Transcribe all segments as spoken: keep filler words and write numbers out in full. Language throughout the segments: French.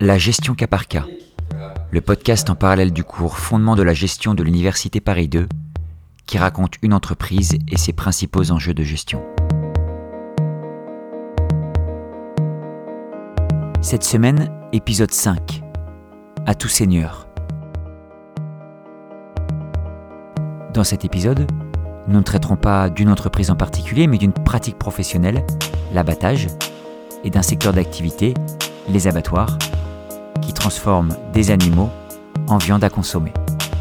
La gestion cas par cas, le podcast en parallèle du cours Fondement de la gestion de l'Université Paris deux, qui raconte une entreprise et ses principaux enjeux de gestion. Cette semaine, épisode cinq. À tout seigneur. Dans cet épisode, nous ne traiterons pas d'une entreprise en particulier, mais d'une pratique professionnelle, l'abattage, et d'un secteur d'activité, les abattoirs, qui transforment des animaux en viande à consommer.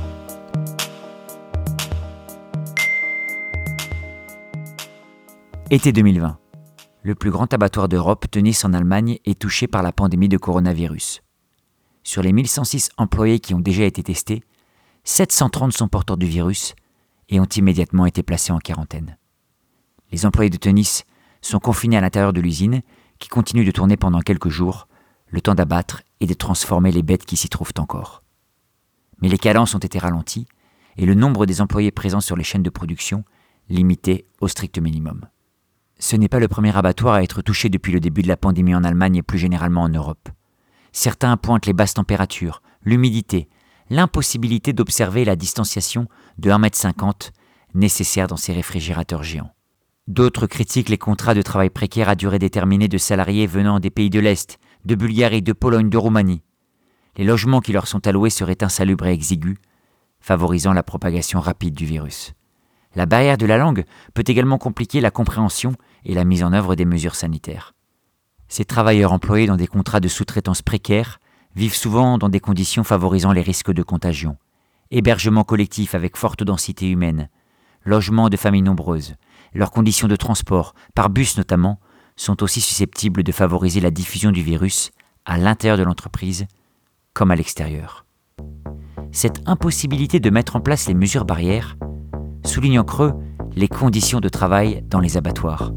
Été deux mille vingt. Le plus grand abattoir d'Europe, Tönnies en Allemagne, est touché par la pandémie de coronavirus. Sur les mille cent six employés qui ont déjà été testés, sept cent trente sont porteurs du virus et ont immédiatement été placés en quarantaine. Les employés de Tönnies sont confinés à l'intérieur de l'usine qui continue de tourner pendant quelques jours, le temps d'abattre et de transformer les bêtes qui s'y trouvent encore. Mais les cadences ont été ralenties et le nombre des employés présents sur les chaînes de production limité au strict minimum. Ce n'est pas le premier abattoir à être touché depuis le début de la pandémie en Allemagne et plus généralement en Europe. Certains pointent les basses températures, l'humidité, l'impossibilité d'observer la distanciation de un mètre cinquante nécessaire dans ces réfrigérateurs géants. D'autres critiquent les contrats de travail précaires à durée déterminée de salariés venant des pays de l'Est, de Bulgarie, de Pologne, de Roumanie. Les logements qui leur sont alloués seraient insalubres et exigus, favorisant la propagation rapide du virus. La barrière de la langue peut également compliquer la compréhension et la mise en œuvre des mesures sanitaires. Ces travailleurs employés dans des contrats de sous-traitance précaires vivent souvent dans des conditions favorisant les risques de contagion. Hébergement collectif avec forte densité humaine, logement de familles nombreuses, leurs conditions de transport, par bus notamment, sont aussi susceptibles de favoriser la diffusion du virus à l'intérieur de l'entreprise comme à l'extérieur. Cette impossibilité de mettre en place les mesures barrières souligne en creux les conditions de travail dans les abattoirs.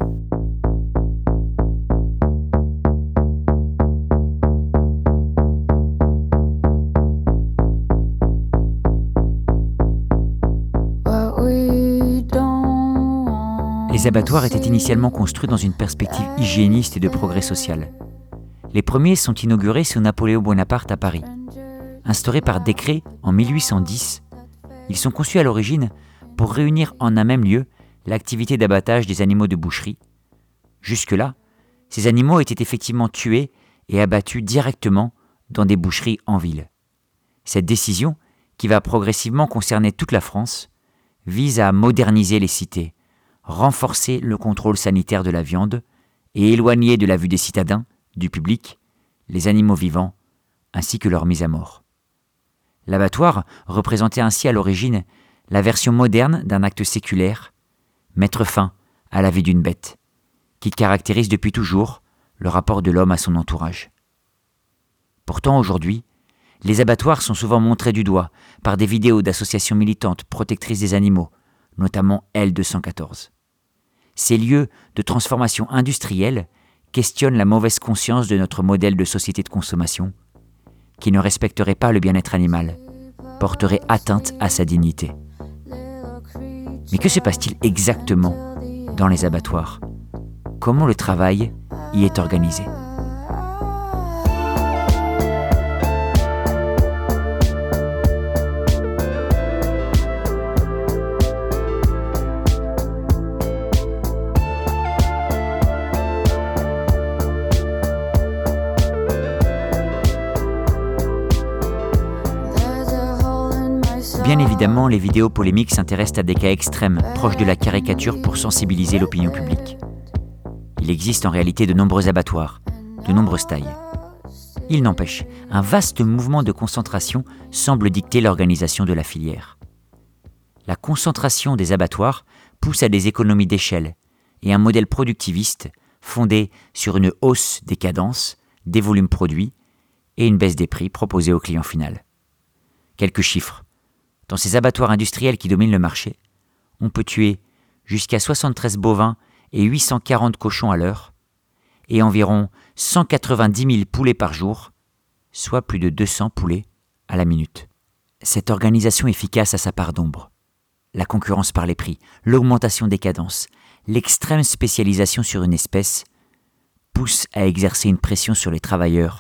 Les abattoirs étaient initialement construits dans une perspective hygiéniste et de progrès social. Les premiers sont inaugurés sous Napoléon Bonaparte à Paris. Instaurés par décret en mille huit cent dix, ils sont conçus à l'origine pour réunir en un même lieu l'activité d'abattage des animaux de boucherie. Jusque-là, ces animaux étaient effectivement tués et abattus directement dans des boucheries en ville. Cette décision, qui va progressivement concerner toute la France, vise à moderniser les cités, renforcer le contrôle sanitaire de la viande et éloigner de la vue des citadins, du public, les animaux vivants, ainsi que leur mise à mort. L'abattoir représentait ainsi à l'origine la version moderne d'un acte séculaire, mettre fin à la vie d'une bête, qui caractérise depuis toujours le rapport de l'homme à son entourage. Pourtant aujourd'hui, les abattoirs sont souvent montrés du doigt par des vidéos d'associations militantes protectrices des animaux, notamment L deux cent quatorze. Ces lieux de transformation industrielle questionnent la mauvaise conscience de notre modèle de société de consommation, qui ne respecterait pas le bien-être animal, porterait atteinte à sa dignité. Mais que se passe-t-il exactement dans les abattoirs ? Comment le travail y est organisé ? Bien évidemment, les vidéos polémiques s'intéressent à des cas extrêmes, proches de la caricature pour sensibiliser l'opinion publique. Il existe en réalité de nombreux abattoirs, de nombreuses tailles. Il n'empêche, un vaste mouvement de concentration semble dicter l'organisation de la filière. La concentration des abattoirs pousse à des économies d'échelle et un modèle productiviste fondé sur une hausse des cadences, des volumes produits et une baisse des prix proposés au client final. Quelques chiffres. Dans ces abattoirs industriels qui dominent le marché, on peut tuer jusqu'à soixante-treize bovins et huit cent quarante cochons à l'heure et environ cent quatre-vingt-dix mille poulets par jour, soit plus de deux cents poulets à la minute. Cette organisation efficace a sa part d'ombre. La concurrence par les prix, l'augmentation des cadences, l'extrême spécialisation sur une espèce poussent à exercer une pression sur les travailleurs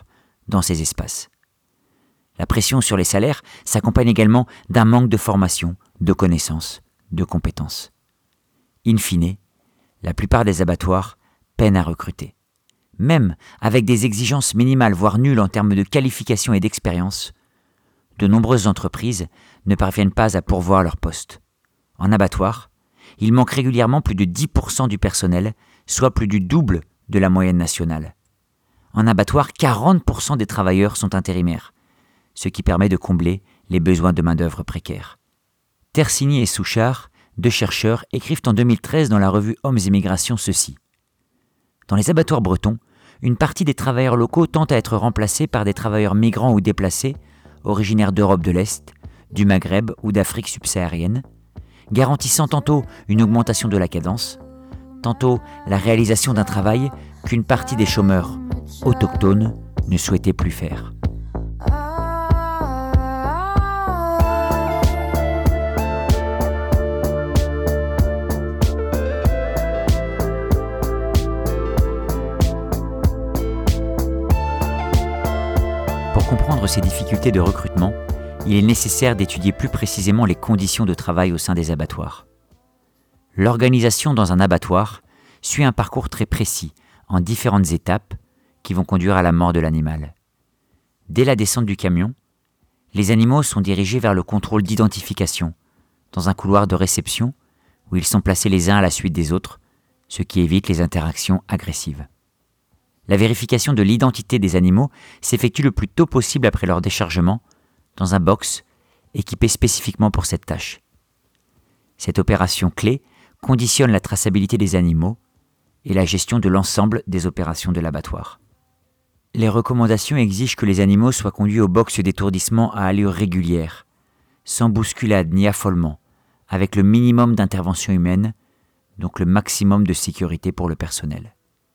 dans ces espaces. La pression sur les salaires s'accompagne également d'un manque de formation, de connaissances, de compétences. In fine, la plupart des abattoirs peinent à recruter. Même avec des exigences minimales voire nulles en termes de qualification et d'expérience, de nombreuses entreprises ne parviennent pas à pourvoir leurs postes. En abattoir, il manque régulièrement plus de dix pour cent du personnel, soit plus du double de la moyenne nationale. En abattoir, quarante pour cent des travailleurs sont intérimaires, ce qui permet de combler les besoins de main-d'œuvre précaires. Tersigny et Souchard, deux chercheurs, écrivent en deux mille treize dans la revue Hommes et Migrations ceci. Dans les abattoirs bretons, une partie des travailleurs locaux tente à être remplacés par des travailleurs migrants ou déplacés, originaires d'Europe de l'Est, du Maghreb ou d'Afrique subsaharienne, garantissant tantôt une augmentation de la cadence, tantôt la réalisation d'un travail qu'une partie des chômeurs autochtones ne souhaitait plus faire. Pour comprendre ces difficultés de recrutement, il est nécessaire d'étudier plus précisément les conditions de travail au sein des abattoirs. L'organisation dans un abattoir suit un parcours très précis, en différentes étapes, qui vont conduire à la mort de l'animal. Dès la descente du camion, les animaux sont dirigés vers le contrôle d'identification, dans un couloir de réception où ils sont placés les uns à la suite des autres, ce qui évite les interactions agressives. La vérification de l'identité des animaux s'effectue le plus tôt possible après leur déchargement, dans un box équipé spécifiquement pour cette tâche. Cette opération clé conditionne la traçabilité des animaux et la gestion de l'ensemble des opérations de l'abattoir. Les recommandations exigent que les animaux soient conduits au box d'étourdissement à allure régulière, sans bousculade ni affolement, avec le minimum d'intervention humaine, donc le maximum de sécurité pour le personnel.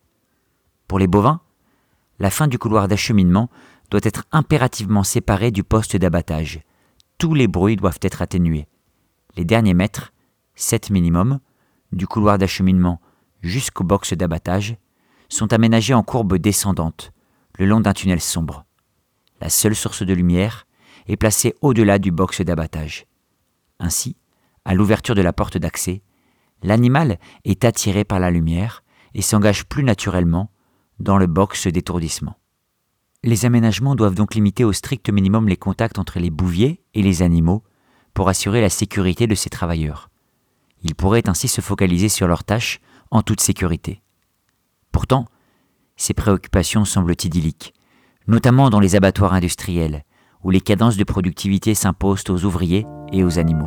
Pour les bovins, la fin du couloir d'acheminement doit être impérativement séparée du poste d'abattage. Tous les bruits doivent être atténués. Les derniers mètres, sept minimum, du couloir d'acheminement jusqu'au box d'abattage, sont aménagés en courbe descendante, le long d'un tunnel sombre. La seule source de lumière est placée au-delà du box d'abattage. Ainsi, à l'ouverture de la porte d'accès, l'animal est attiré par la lumière et s'engage plus naturellement dans le box d'étourdissement. Les aménagements doivent donc limiter au strict minimum les contacts entre les bouviers et les animaux pour assurer la sécurité de ces travailleurs. Ils pourraient ainsi se focaliser sur leurs tâches en toute sécurité. Pourtant, ces préoccupations semblent idylliques, notamment dans les abattoirs industriels, où les cadences de productivité s'imposent aux ouvriers et aux animaux.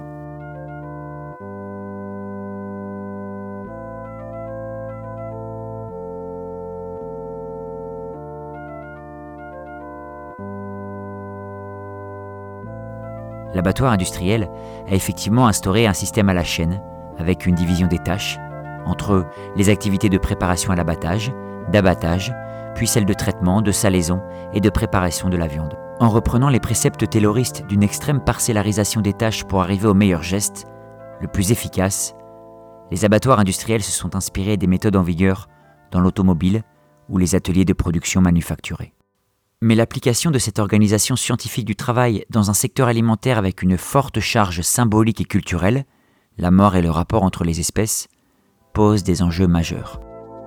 L'abattoir industriel a effectivement instauré un système à la chaîne, avec une division des tâches, entre les activités de préparation à l'abattage, d'abattage, puis celles de traitement, de salaison et de préparation de la viande. En reprenant les préceptes tayloristes d'une extrême parcellarisation des tâches pour arriver au meilleur geste, le plus efficace, les abattoirs industriels se sont inspirés des méthodes en vigueur dans l'automobile ou les ateliers de production manufacturés. Mais l'application de cette organisation scientifique du travail dans un secteur alimentaire avec une forte charge symbolique et culturelle, la mort et le rapport entre les espèces, pose des enjeux majeurs.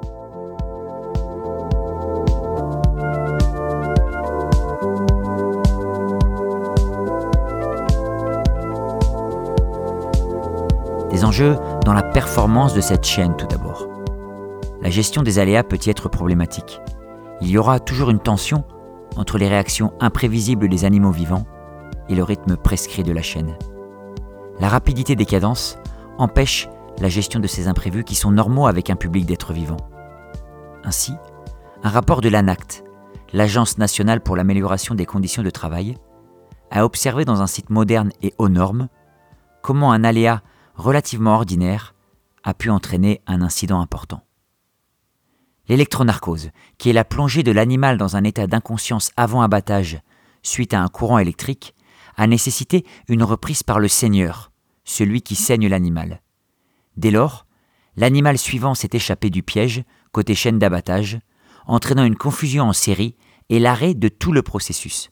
Des enjeux dans la performance de cette chaîne tout d'abord. La gestion des aléas peut y être problématique. Il y aura toujours une tension entre les réactions imprévisibles des animaux vivants et le rythme prescrit de la chaîne. La rapidité des cadences empêche la gestion de ces imprévus qui sont normaux avec un public d'êtres vivants. Ainsi, un rapport de l'ANACT, l'Agence nationale pour l'amélioration des conditions de travail, a observé dans un site moderne et aux normes comment un aléa relativement ordinaire a pu entraîner un incident important. L'électronarcose, qui est la plongée de l'animal dans un état d'inconscience avant abattage suite à un courant électrique, a nécessité une reprise par le saigneur, celui qui saigne l'animal. Dès lors, l'animal suivant s'est échappé du piège côté chaîne d'abattage, entraînant une confusion en série et l'arrêt de tout le processus.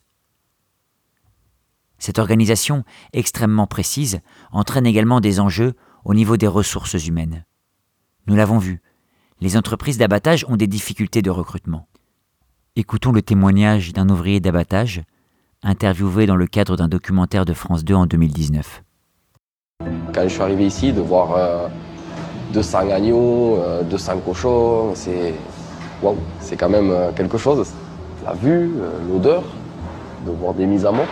Cette organisation extrêmement précise entraîne également des enjeux au niveau des ressources humaines. Nous l'avons vu, les entreprises d'abattage ont des difficultés de recrutement. Écoutons le témoignage d'un ouvrier d'abattage, interviewé dans le cadre d'un documentaire de France deux en deux mille dix-neuf. Quand je suis arrivé ici, de voir euh, deux cents agneaux, euh, deux cents cochons, c'est waouh, c'est quand même euh, quelque chose. La vue, euh, l'odeur, de voir des mises à mort.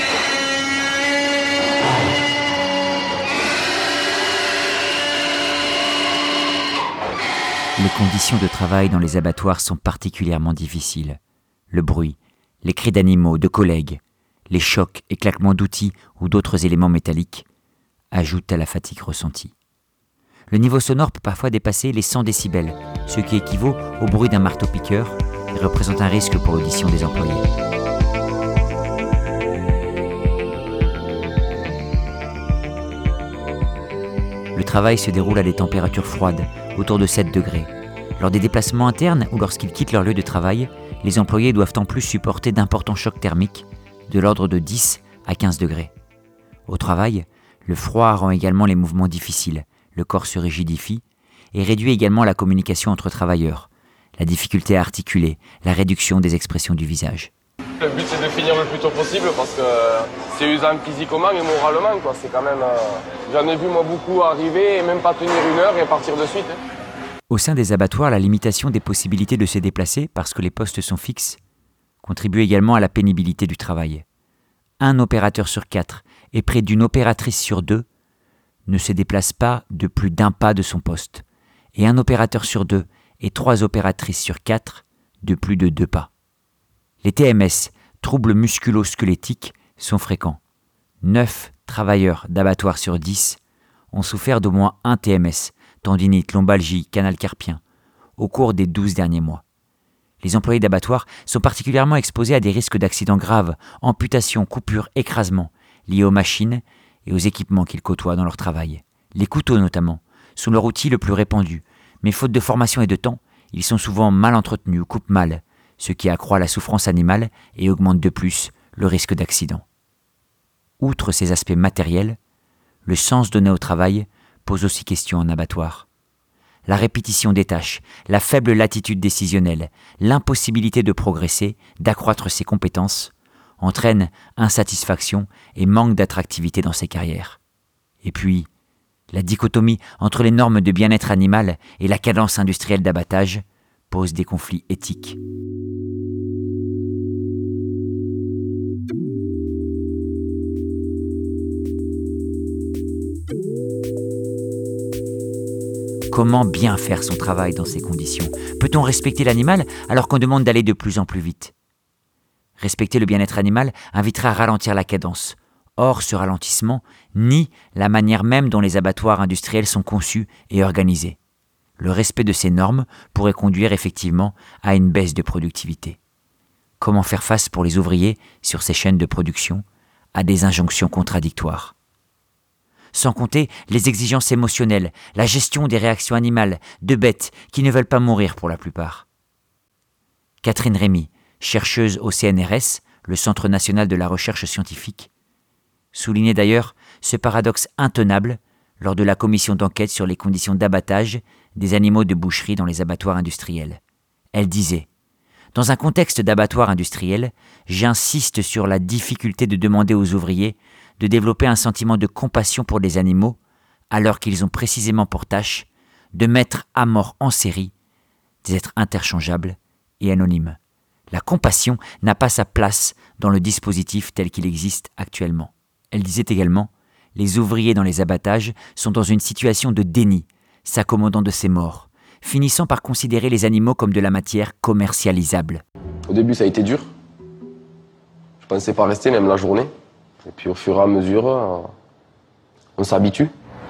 Les conditions de travail dans les abattoirs sont particulièrement difficiles. Le bruit, les cris d'animaux, de collègues, les chocs et claquements d'outils ou d'autres éléments métalliques ajoutent à la fatigue ressentie. Le niveau sonore peut parfois dépasser les cent décibels, ce qui équivaut au bruit d'un marteau-piqueur et représente un risque pour l'audition des employés. Le travail se déroule à des températures froides, autour de sept degrés. Lors des déplacements internes ou lorsqu'ils quittent leur lieu de travail, les employés doivent en plus supporter d'importants chocs thermiques, de l'ordre de dix à quinze degrés. Au travail, le froid rend également les mouvements difficiles, le corps se rigidifie et réduit également la communication entre travailleurs, la difficulté à articuler, la réduction des expressions du visage. Le but c'est de finir le plus tôt possible parce que c'est usant physiquement et moralement, quoi. C'est quand même, euh, j'en ai vu moi beaucoup arriver et même pas tenir une heure et partir de suite. Hein. Au sein des abattoirs, la limitation des possibilités de se déplacer parce que les postes sont fixes contribue également à la pénibilité du travail. Un opérateur sur quatre et près d'une opératrice sur deux ne se déplace pas de plus d'un pas de son poste, et un opérateur sur deux et trois opératrices sur quatre de plus de deux pas. Les T M S, troubles musculo-squelettiques, sont fréquents. neuf travailleurs d'abattoir sur dix ont souffert d'au moins un T M S, tendinite, lombalgie, canal carpien, au cours des douze derniers mois. Les employés d'abattoir sont particulièrement exposés à des risques d'accidents graves, amputations, coupures, écrasements, liés aux machines et aux équipements qu'ils côtoient dans leur travail. Les couteaux notamment sont leur outil le plus répandu, mais faute de formation et de temps, ils sont souvent mal entretenus ou coupent mal, ce qui accroît la souffrance animale et augmente de plus le risque d'accident. Outre ces aspects matériels, le sens donné au travail pose aussi question en abattoir. La répétition des tâches, la faible latitude décisionnelle, l'impossibilité de progresser, d'accroître ses compétences, entraînent insatisfaction et manque d'attractivité dans ces carrières. Et puis, la dichotomie entre les normes de bien-être animal et la cadence industrielle d'abattage pose des conflits éthiques. Comment bien faire son travail dans ces conditions ? Peut-on respecter l'animal alors qu'on demande d'aller de plus en plus vite ? Respecter le bien-être animal inviterait à ralentir la cadence. Or, ce ralentissement nie la manière même dont les abattoirs industriels sont conçus et organisés. Le respect de ces normes pourrait conduire effectivement à une baisse de productivité. Comment faire face pour les ouvriers sur ces chaînes de production à des injonctions contradictoires ? Sans compter les exigences émotionnelles, la gestion des réactions animales, de bêtes qui ne veulent pas mourir pour la plupart. Catherine Rémy, chercheuse au C N R S, le Centre national de la recherche scientifique, soulignait d'ailleurs ce paradoxe intenable lors de la commission d'enquête sur les conditions d'abattage des animaux de boucherie dans les abattoirs industriels. Elle disait « Dans un contexte d'abattoir industriel, j'insiste sur la difficulté de demander aux ouvriers de développer un sentiment de compassion pour les animaux, alors qu'ils ont précisément pour tâche de mettre à mort en série des êtres interchangeables et anonymes. La compassion n'a pas sa place dans le dispositif tel qu'il existe actuellement. » Elle disait également « Les ouvriers dans les abattages sont dans une situation de déni, s'accommodant de ces morts, finissant par considérer les animaux comme de la matière commercialisable. » Au début, ça a été dur. Je pensais pas rester, même la journée. Et puis au fur et à mesure, euh, on s'habitue.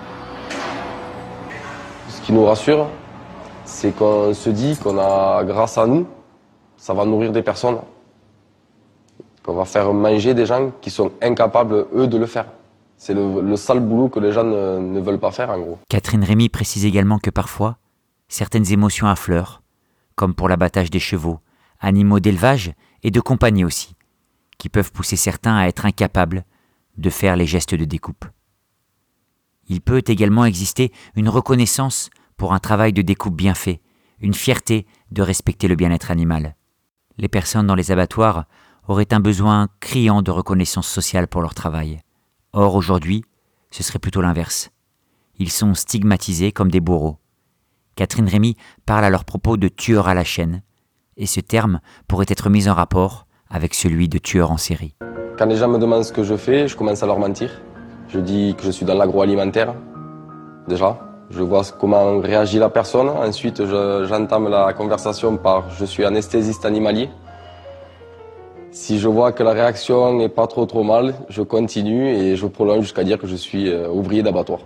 Ce qui nous rassure, c'est qu'on se dit qu'on a, grâce à nous, ça va nourrir des personnes. Qu'on va faire manger des gens qui sont incapables, eux, de le faire. C'est le, le sale boulot que les gens ne, ne veulent pas faire, en gros. Catherine Rémy précise également que parfois, certaines émotions affleurent, comme pour l'abattage des chevaux, animaux d'élevage et de compagnie aussi, qui peuvent pousser certains à être incapables de faire les gestes de découpe. Il peut également exister une reconnaissance pour un travail de découpe bien fait, une fierté de respecter le bien-être animal. Les personnes dans les abattoirs auraient un besoin criant de reconnaissance sociale pour leur travail. Or, aujourd'hui, ce serait plutôt l'inverse. Ils sont stigmatisés comme des bourreaux. Catherine Rémy parle à leur propos de tueurs à la chaîne, et ce terme pourrait être mis en rapport avec celui de tueur en série. Quand les gens me demandent ce que je fais, je commence à leur mentir. Je dis que je suis dans l'agroalimentaire, déjà. Je vois comment réagit la personne. Ensuite, je, j'entame la conversation par « je suis anesthésiste animalier ». Si je vois que la réaction n'est pas trop trop mal, je continue et je prolonge jusqu'à dire que je suis euh, ouvrier d'abattoir.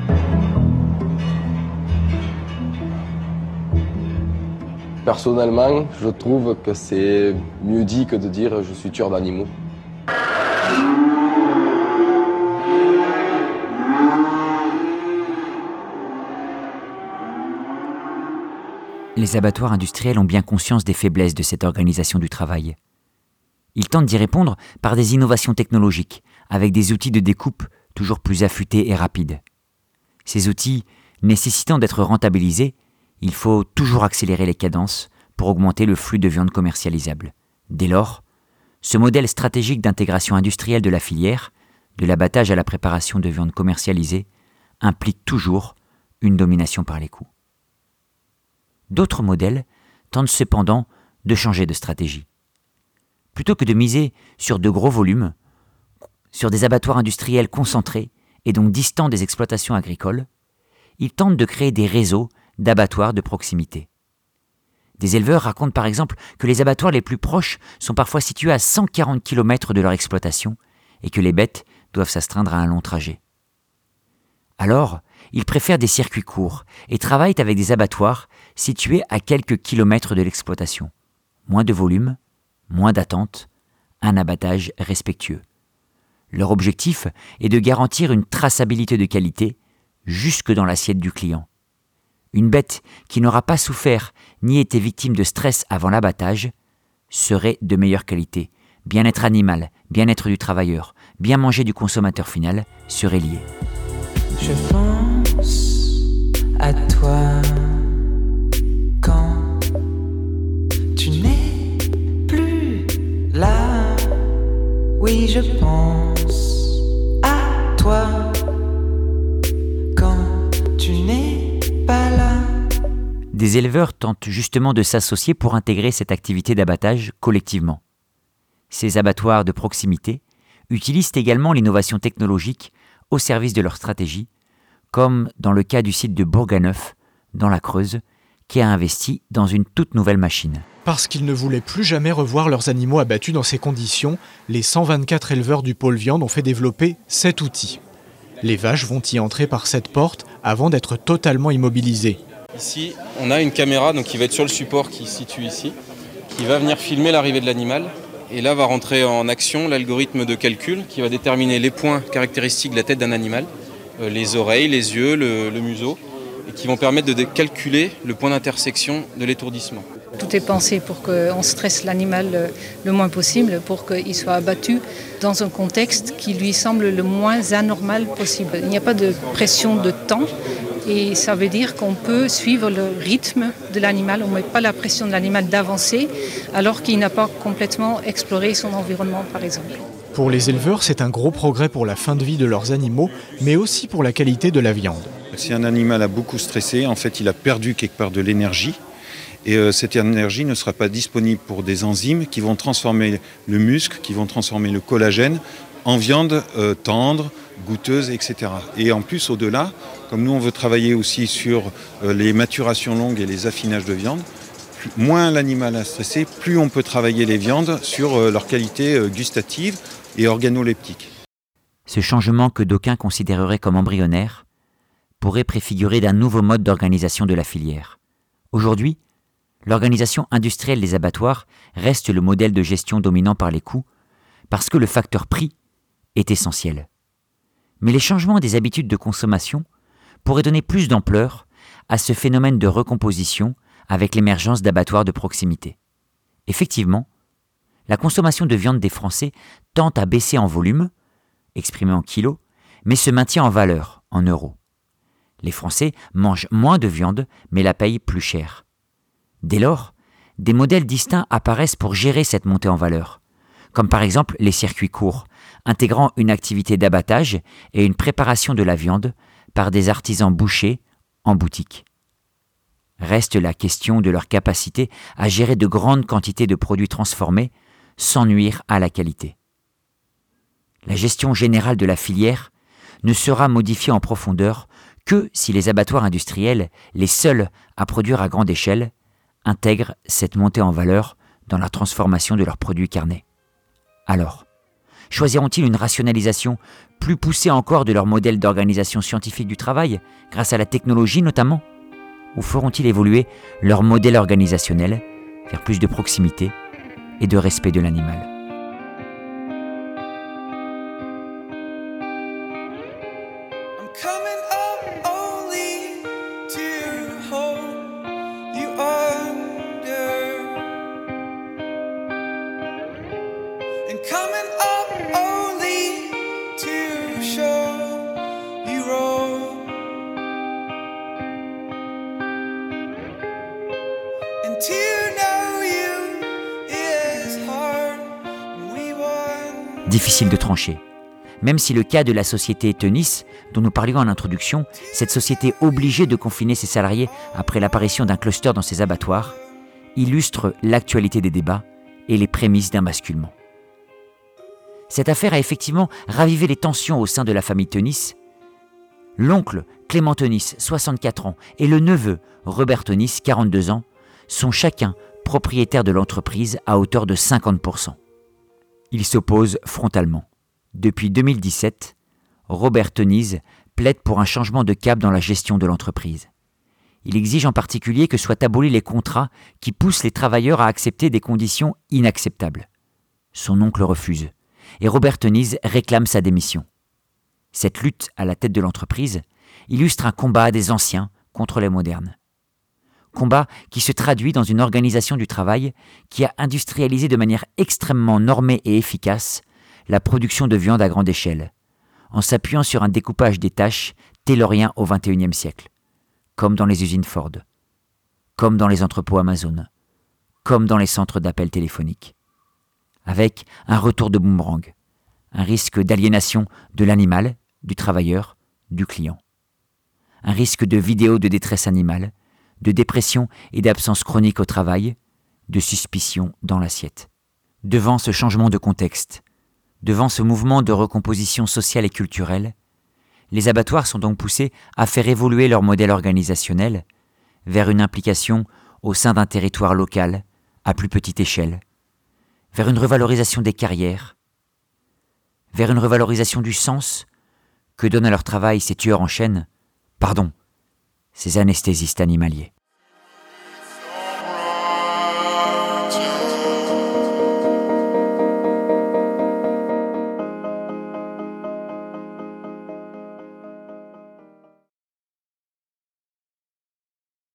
Personnellement, je trouve que c'est mieux dit que de dire « je suis tueur d'animaux ». Les abattoirs industriels ont bien conscience des faiblesses de cette organisation du travail. Ils tentent d'y répondre par des innovations technologiques, avec des outils de découpe toujours plus affûtés et rapides. Ces outils nécessitant d'être rentabilisés, il faut toujours accélérer les cadences pour augmenter le flux de viande commercialisable. Dès lors, ce modèle stratégique d'intégration industrielle de la filière, de l'abattage à la préparation de viande commercialisée, implique toujours une domination par les coûts. D'autres modèles tentent cependant de changer de stratégie. Plutôt que de miser sur de gros volumes, sur des abattoirs industriels concentrés et donc distants des exploitations agricoles, ils tentent de créer des réseaux d'abattoirs de proximité. Des éleveurs racontent par exemple que les abattoirs les plus proches sont parfois situés à cent quarante kilomètres de leur exploitation et que les bêtes doivent s'astreindre à un long trajet. Alors, ils préfèrent des circuits courts et travaillent avec des abattoirs situés à quelques kilomètres de l'exploitation. Moins de volume, moins d'attente, un abattage respectueux. Leur objectif est de garantir une traçabilité de qualité jusque dans l'assiette du client. Une bête qui n'aura pas souffert ni été victime de stress avant l'abattage serait de meilleure qualité. Bien-être animal, bien-être du travailleur, bien manger du consommateur final seraient liés. Je pense à toi quand tu n'es plus là. Oui, je pense à toi quand tu n'es pas là. Des éleveurs tentent justement de s'associer pour intégrer cette activité d'abattage collectivement. Ces abattoirs de proximité utilisent également l'innovation technologique au service de leur stratégie, comme dans le cas du site de Bourganeuf, dans la Creuse, qui a investi dans une toute nouvelle machine. Parce qu'ils ne voulaient plus jamais revoir leurs animaux abattus dans ces conditions, les cent vingt-quatre éleveurs du pôle viande ont fait développer cet outil. Les vaches vont y entrer par cette porte avant d'être totalement immobilisées. Ici, on a une caméra donc, qui va être sur le support qui se situe ici, qui va venir filmer l'arrivée de l'animal. Et là va rentrer en action l'algorithme de calcul qui va déterminer les points caractéristiques de la tête d'un animal, euh, les oreilles, les yeux, le, le museau, et qui vont permettre de calculer le point d'intersection de l'étourdissement. Tout est pensé pour qu'on stresse l'animal le moins possible, pour qu'il soit abattu dans un contexte qui lui semble le moins anormal possible. Il n'y a pas de pression de temps. Et ça veut dire qu'on peut suivre le rythme de l'animal. On ne met pas la pression de l'animal d'avancer alors qu'il n'a pas complètement exploré son environnement, par exemple. Pour les éleveurs, c'est un gros progrès pour la fin de vie de leurs animaux, mais aussi pour la qualité de la viande. Si un animal a beaucoup stressé, en fait, il a perdu quelque part de l'énergie. Et euh, cette énergie ne sera pas disponible pour des enzymes qui vont transformer le muscle, qui vont transformer le collagène en viande euh, tendre, goûteuse, et cetera. Et en plus, au-delà, comme nous on veut travailler aussi sur euh, les maturations longues et les affinages de viande, plus, moins l'animal a stressé, plus on peut travailler les viandes sur euh, leur qualité euh, gustative et organoleptique. Ce changement que d'aucuns considéreraient comme embryonnaire pourrait préfigurer d'un nouveau mode d'organisation de la filière. Aujourd'hui, l'organisation industrielle des abattoirs reste le modèle de gestion dominant par les coûts parce que le facteur prix est essentiel. Mais les changements des habitudes de consommation pourraient donner plus d'ampleur à ce phénomène de recomposition avec l'émergence d'abattoirs de proximité. Effectivement, la consommation de viande des Français tend à baisser en volume, exprimé en kilos, mais se maintient en valeur, en euros. Les Français mangent moins de viande, mais la payent plus cher. Dès lors, des modèles distincts apparaissent pour gérer cette montée en valeur, comme par exemple les circuits courts, intégrant une activité d'abattage et une préparation de la viande par des artisans bouchers en boutique. Reste la question de leur capacité à gérer de grandes quantités de produits transformés sans nuire à la qualité. La gestion générale de la filière ne sera modifiée en profondeur que si les abattoirs industriels, les seuls à produire à grande échelle, intègrent cette montée en valeur dans la transformation de leurs produits carnés. Alors, choisiront-ils une rationalisation plus poussée encore de leur modèle d'organisation scientifique du travail, grâce à la technologie notamment, ou feront-ils évoluer leur modèle organisationnel vers plus de proximité et de respect de l'animal ? Difficile de trancher. Même si le cas de la société Teunis, dont nous parlions en introduction, cette société obligée de confiner ses salariés après l'apparition d'un cluster dans ses abattoirs, illustre l'actualité des débats et les prémices d'un basculement. Cette affaire a effectivement ravivé les tensions au sein de la famille Teunis. L'oncle Clément Teunis, soixante-quatre ans, et le neveu Robert Teunis, quarante-deux ans, sont chacun propriétaires de l'entreprise à hauteur de cinquante pour cent. Ils s'opposent frontalement. Depuis deux mille dix-sept, Robert Teunis plaide pour un changement de cap dans la gestion de l'entreprise. Il exige en particulier que soient abolis les contrats qui poussent les travailleurs à accepter des conditions inacceptables. Son oncle refuse, et Robert Teunis réclame sa démission. Cette lutte à la tête de l'entreprise illustre un combat des anciens contre les modernes. Combat qui se traduit dans une organisation du travail qui a industrialisé de manière extrêmement normée et efficace la production de viande à grande échelle, en s'appuyant sur un découpage des tâches taylorien au vingt et unième siècle, comme dans les usines Ford, comme dans les entrepôts Amazon, comme dans les centres d'appel téléphoniques, avec un retour de boomerang, un risque d'aliénation de l'animal, du travailleur, du client, un risque de vidéo de détresse animale, de dépression et d'absence chronique au travail, de suspicion dans l'assiette. Devant ce changement de contexte, devant ce mouvement de recomposition sociale et culturelle, les abattoirs sont donc poussés à faire évoluer leur modèle organisationnel vers une implication au sein d'un territoire local, à plus petite échelle, vers une revalorisation des carrières, vers une revalorisation du sens que donnent à leur travail ces tueurs en chaîne, pardon, ces anesthésistes animaliers.